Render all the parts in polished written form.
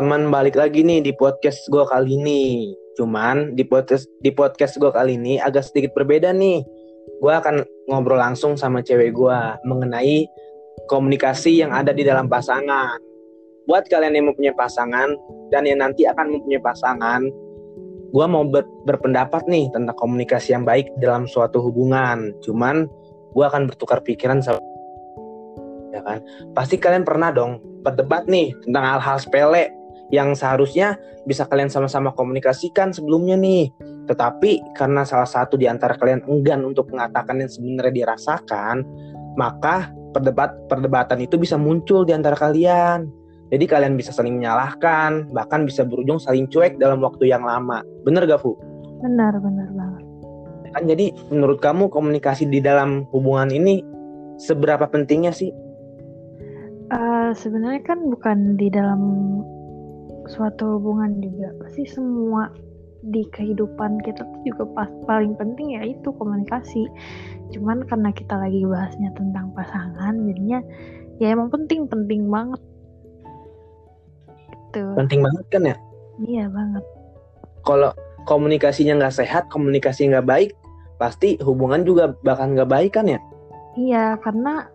teman-teman, balik lagi nih di podcast gue kali ini. Cuman di podcast gue kali ini agak sedikit berbeda nih. Gue akan ngobrol langsung sama cewek gue mengenai komunikasi yang ada di dalam pasangan. Buat kalian yang mempunyai pasangan dan yang nanti akan mempunyai pasangan, gue mau berpendapat nih tentang komunikasi yang baik dalam suatu hubungan. Cuman gue akan bertukar pikiran sama, ya kan? Pasti kalian pernah dong berdebat nih tentang hal-hal sepele yang seharusnya bisa kalian sama-sama komunikasikan sebelumnya nih. Tetapi karena salah satu di antara kalian enggan untuk mengatakan yang sebenarnya dirasakan, maka perdebatan itu bisa muncul di antara kalian. Jadi kalian bisa saling menyalahkan, bahkan bisa berujung saling cuek dalam waktu yang lama. Bener gak, Fu? Benar banget. Kan jadi menurut kamu komunikasi di dalam hubungan ini seberapa pentingnya sih? Sebenarnya kan bukan di dalam suatu hubungan juga, pasti semua di kehidupan kita tuh juga paling penting ya itu komunikasi. Cuman karena kita lagi bahasnya tentang pasangan, jadinya ya emang penting banget. Gitu. Penting banget kan ya? Iya banget. Kalau komunikasinya nggak sehat, komunikasi nggak baik, pasti hubungan juga bakal nggak baik kan ya? Iya, karena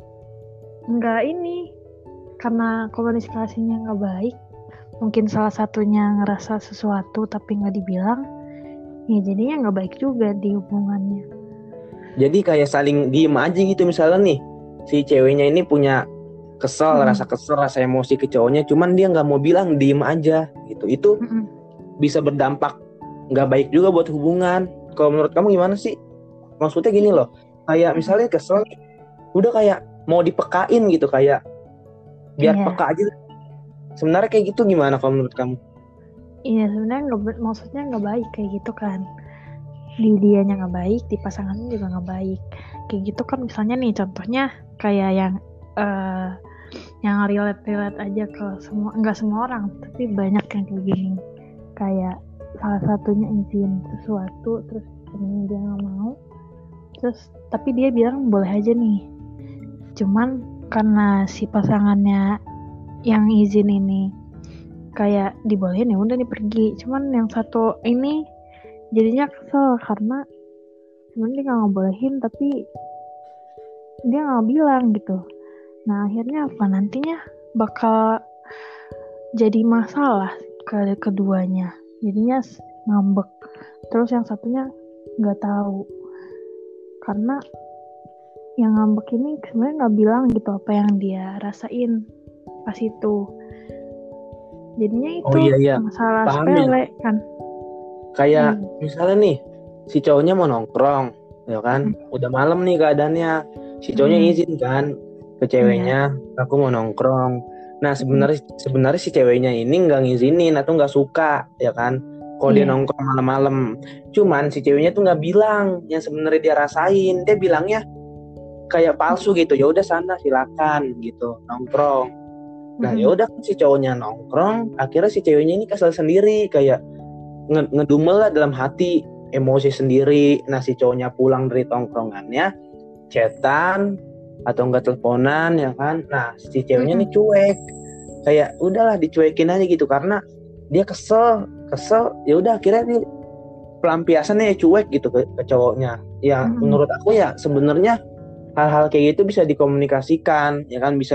komunikasinya nggak baik, mungkin salah satunya ngerasa sesuatu tapi nggak dibilang, ya jadinya nggak baik juga di hubungannya. Jadi kayak saling diem aja gitu, misalnya nih si ceweknya ini punya rasa kesel, rasa emosi ke cowoknya, cuman dia nggak mau bilang, diem aja gitu. Itu bisa berdampak nggak baik juga buat hubungan. Kalau menurut kamu gimana sih? Maksudnya gini loh, kayak misalnya kesel, udah kayak mau dipekain gitu, kayak biar peka aja. Sebenarnya kayak gitu gimana kalau menurut kamu? Iya, sebenarnya maksudnya nggak baik kayak gitu kan. Di dianya nggak baik, di pasangannya juga nggak baik. Kayak gitu kan, misalnya nih contohnya kayak yang relate aja ke semua, nggak semua orang, tapi banyak yang kayak gini. Kayak salah satunya izin sesuatu, terus ini dia nggak mau, terus tapi dia bilang boleh aja nih. Cuman karena si pasangannya yang izin ini kayak dibolehin, ya udah nih pergi. Cuman yang satu ini jadinya kesel karena sebenarnya dia nggak ngebolehin tapi dia nggak bilang gitu. Nah akhirnya apa, nantinya bakal jadi masalah ke keduanya, jadinya ngambek. Terus yang satunya nggak tahu karena yang ngambek ini sebenarnya nggak bilang gitu apa yang dia rasain pas itu. Jadinya itu masalah sepele kan. Kayak misalnya nih si cowoknya mau nongkrong, ya kan? Udah malam nih keadaannya, si cowoknya izin kan ke ceweknya, aku mau nongkrong. Nah sebenarnya si ceweknya ini nggak ngizinin atau nggak suka, ya kan? Kalau dia nongkrong malam-malam, cuman si ceweknya tuh nggak bilang yang sebenarnya dia rasain. Dia bilangnya kayak palsu gitu. Ya udah sana silakan gitu nongkrong. Nah ya udah si cowoknya nongkrong, akhirnya si ceweknya ini kesel sendiri, kayak ngedumel lah dalam hati, emosi sendiri. Nah si cowoknya pulang dari tongkrongannya, chatan atau enggak teleponan, ya kan. Nah si ceweknya nih cuek, kayak udahlah dicuekin aja gitu karena dia kesel. Ya udah akhirnya dia pelampiasannya cuek gitu ke cowoknya. Ya menurut aku ya sebenarnya hal-hal kayak gitu bisa dikomunikasikan, ya kan, bisa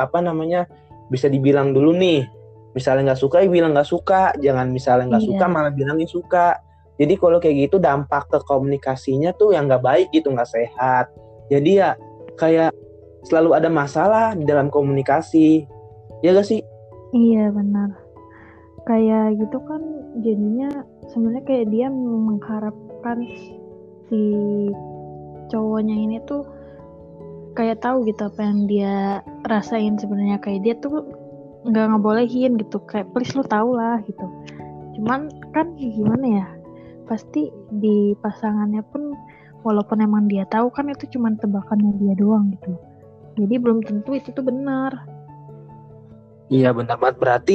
bisa dibilang dulu nih. Misalnya nggak suka, ya bilang nggak suka. Jangan misalnya nggak suka malah bilangnya suka. Jadi kalau kayak gitu dampak ke komunikasinya tuh yang nggak baik gitu, nggak sehat. Jadi ya kayak selalu ada masalah di dalam komunikasi. Ya nggak sih? Iya benar. Kayak gitu kan jadinya sebenarnya kayak dia mengharapkan si cowoknya ini tuh kayak tahu gitu apa yang dia rasain sebenarnya. Kayak dia tuh nggak ngebolehin gitu, kayak please lu tau lah gitu. Cuman kan gimana ya, pasti di pasangannya pun walaupun emang dia tahu kan itu cuman tebakannya dia doang gitu, jadi belum tentu itu tuh benar. Iya benar banget. Berarti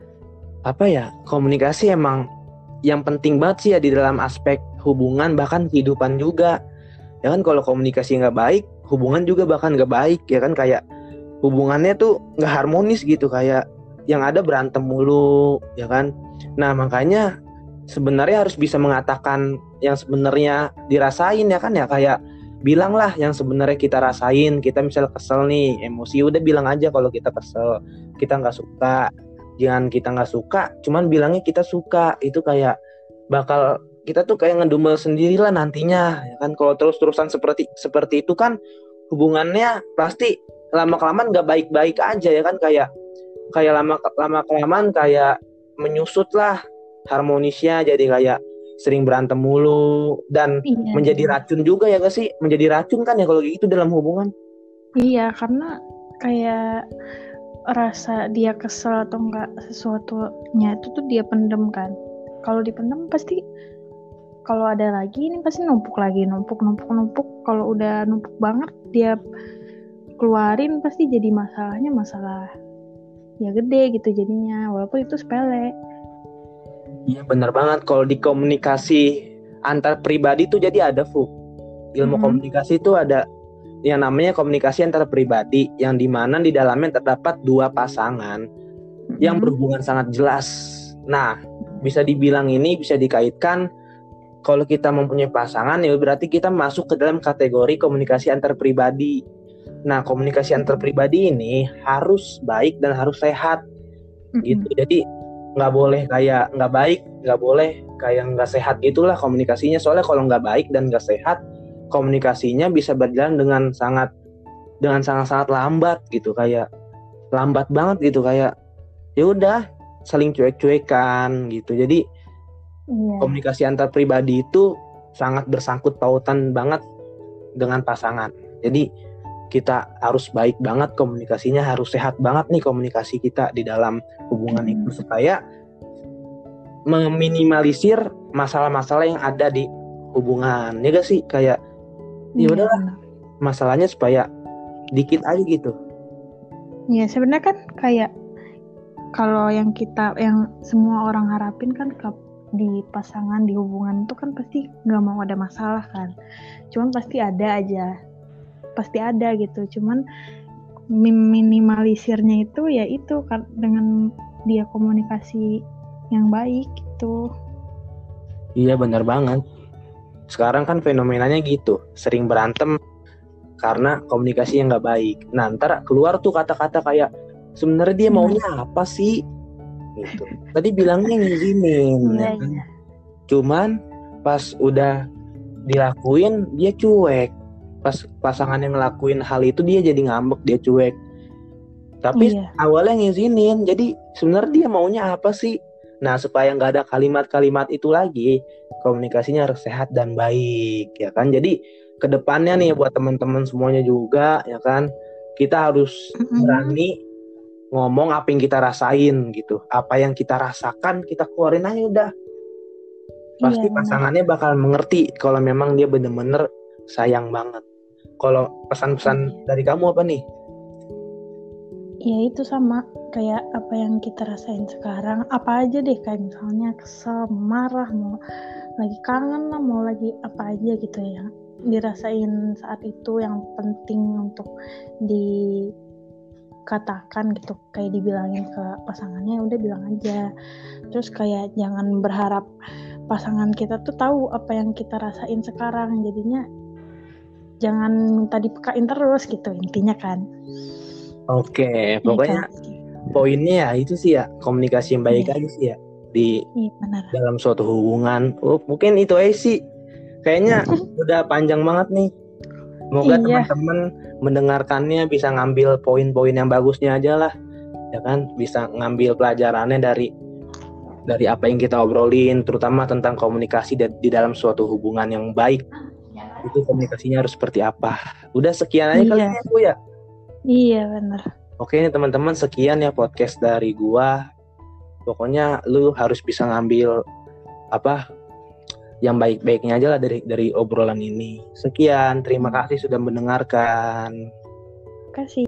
komunikasi emang yang penting banget sih ya di dalam aspek hubungan, bahkan kehidupan juga, ya kan. Kalau komunikasi nggak baik, hubungan juga bahkan nggak baik, ya kan. Kayak hubungannya tuh nggak harmonis gitu, kayak yang ada berantem mulu, ya kan? Nah, makanya sebenarnya harus bisa mengatakan yang sebenarnya dirasain, ya kan, ya, kayak bilanglah yang sebenarnya kita rasain. Kita misal kesel nih, emosi, udah bilang aja kalau kita kesel, kita nggak suka. Jangan kita nggak suka, cuman bilangnya kita suka. Itu kayak bakal kita tuh kayak ngedumel sendirilah nantinya, ya kan? Kalau terus-terusan seperti itu kan hubungannya pasti lama kelamaan nggak baik-baik aja, ya kan? Kayak lama kelamaan kayak menyusut lah harmonisnya, jadi kayak sering berantem mulu dan Iya, menjadi racun juga, ya gak sih? Menjadi racun kan ya kalau gitu dalam hubungan. iya, karena kayak rasa dia kesel atau enggak sesuatunya itu tuh dia pendem kan. Kalau dipendem pasti kalau ada lagi ini pasti numpuk lagi, numpuk. Kalau udah numpuk banget dia keluarin pasti jadi masalahnya masalah ya gede gitu jadinya, walaupun itu sepele. Iya benar banget, kalau di komunikasi antar pribadi tuh jadi ada ilmu komunikasi itu ada yang namanya komunikasi antar pribadi, yang dimana di dalamnya terdapat dua pasangan yang berhubungan sangat jelas. Nah, bisa dibilang ini bisa dikaitkan kalau kita mempunyai pasangan ya berarti kita masuk ke dalam kategori komunikasi antar pribadi. Nah, komunikasi antar pribadi ini harus baik dan harus sehat gitu. Jadi nggak boleh kayak nggak baik, nggak boleh kayak nggak sehat gitulah komunikasinya. Soalnya kalau nggak baik dan nggak sehat, komunikasinya bisa berjalan dengan sangat lambat gitu, kayak lambat banget gitu, kayak ya udah saling cuek-cuekan gitu. Jadi komunikasi antar pribadi itu sangat bersangkut pautan banget dengan pasangan. Jadi kita harus baik banget komunikasinya, harus sehat banget nih komunikasi kita di dalam hubungan itu supaya meminimalisir masalah-masalah yang ada di hubungan. Ya gak sih? Kayak ya udahlah masalahnya supaya dikit aja gitu. Ya sebenarnya kan kayak kalau yang semua orang harapin kan di pasangan, di hubungan itu kan pasti nggak mau ada masalah kan. Cuman pasti ada gitu. Cuman minimalisirnya itu ya itu dengan dia komunikasi yang baik gitu. Iya benar banget. Sekarang kan fenomenanya gitu, sering berantem karena komunikasi yang nggak baik. Nah ntar keluar tuh kata-kata kayak sebenarnya dia maunya apa sih? Gitu. Tadi bilangnya ngizinin, ya kan? Cuman pas udah dilakuin dia cuek. Pas pasangan yang ngelakuin hal itu dia jadi ngambek, dia cuek. Tapi awalnya ngizinin, jadi sebenarnya dia maunya apa sih? Nah supaya nggak ada kalimat-kalimat itu lagi, komunikasinya harus sehat dan baik, ya kan? Jadi kedepannya nih buat teman-teman semuanya juga, ya kan? Kita harus berani ngomong apa yang kita rasain gitu. Apa yang kita rasakan kita keluarin aja udah. Pasti pasangannya bakal mengerti kalau memang dia bener-bener sayang banget. Kalau pesan-pesan dari kamu apa nih? Ya itu sama kayak apa yang kita rasain sekarang, apa aja deh, kayak misalnya kesel, marah, mau lagi kangen lah, mau lagi apa aja gitu ya dirasain saat itu, yang penting untuk dikatakan gitu, kayak dibilangin ke pasangannya udah bilang aja. Terus kayak jangan berharap pasangan kita tuh tahu apa yang kita rasain sekarang, jadinya jangan minta dipekain terus gitu intinya kan. Oke, pokoknya poinnya ya itu sih ya, komunikasi yang baik aja sih ya di dalam suatu hubungan. Mungkin itu aja sih. Kayaknya udah panjang banget nih. Semoga teman-teman mendengarkannya bisa ngambil poin-poin yang bagusnya aja lah. Ya kan, bisa ngambil pelajarannya dari apa yang kita obrolin, terutama tentang komunikasi di dalam suatu hubungan yang baik. Itu komunikasinya harus seperti apa. Udah sekian aja kali ya, Bu ya. Iya benar. Oke nih teman-teman, sekian ya podcast dari gua. Pokoknya lu harus bisa ngambil apa yang baik-baiknya aja lah dari obrolan ini. Sekian, terima kasih sudah mendengarkan. Terima kasih.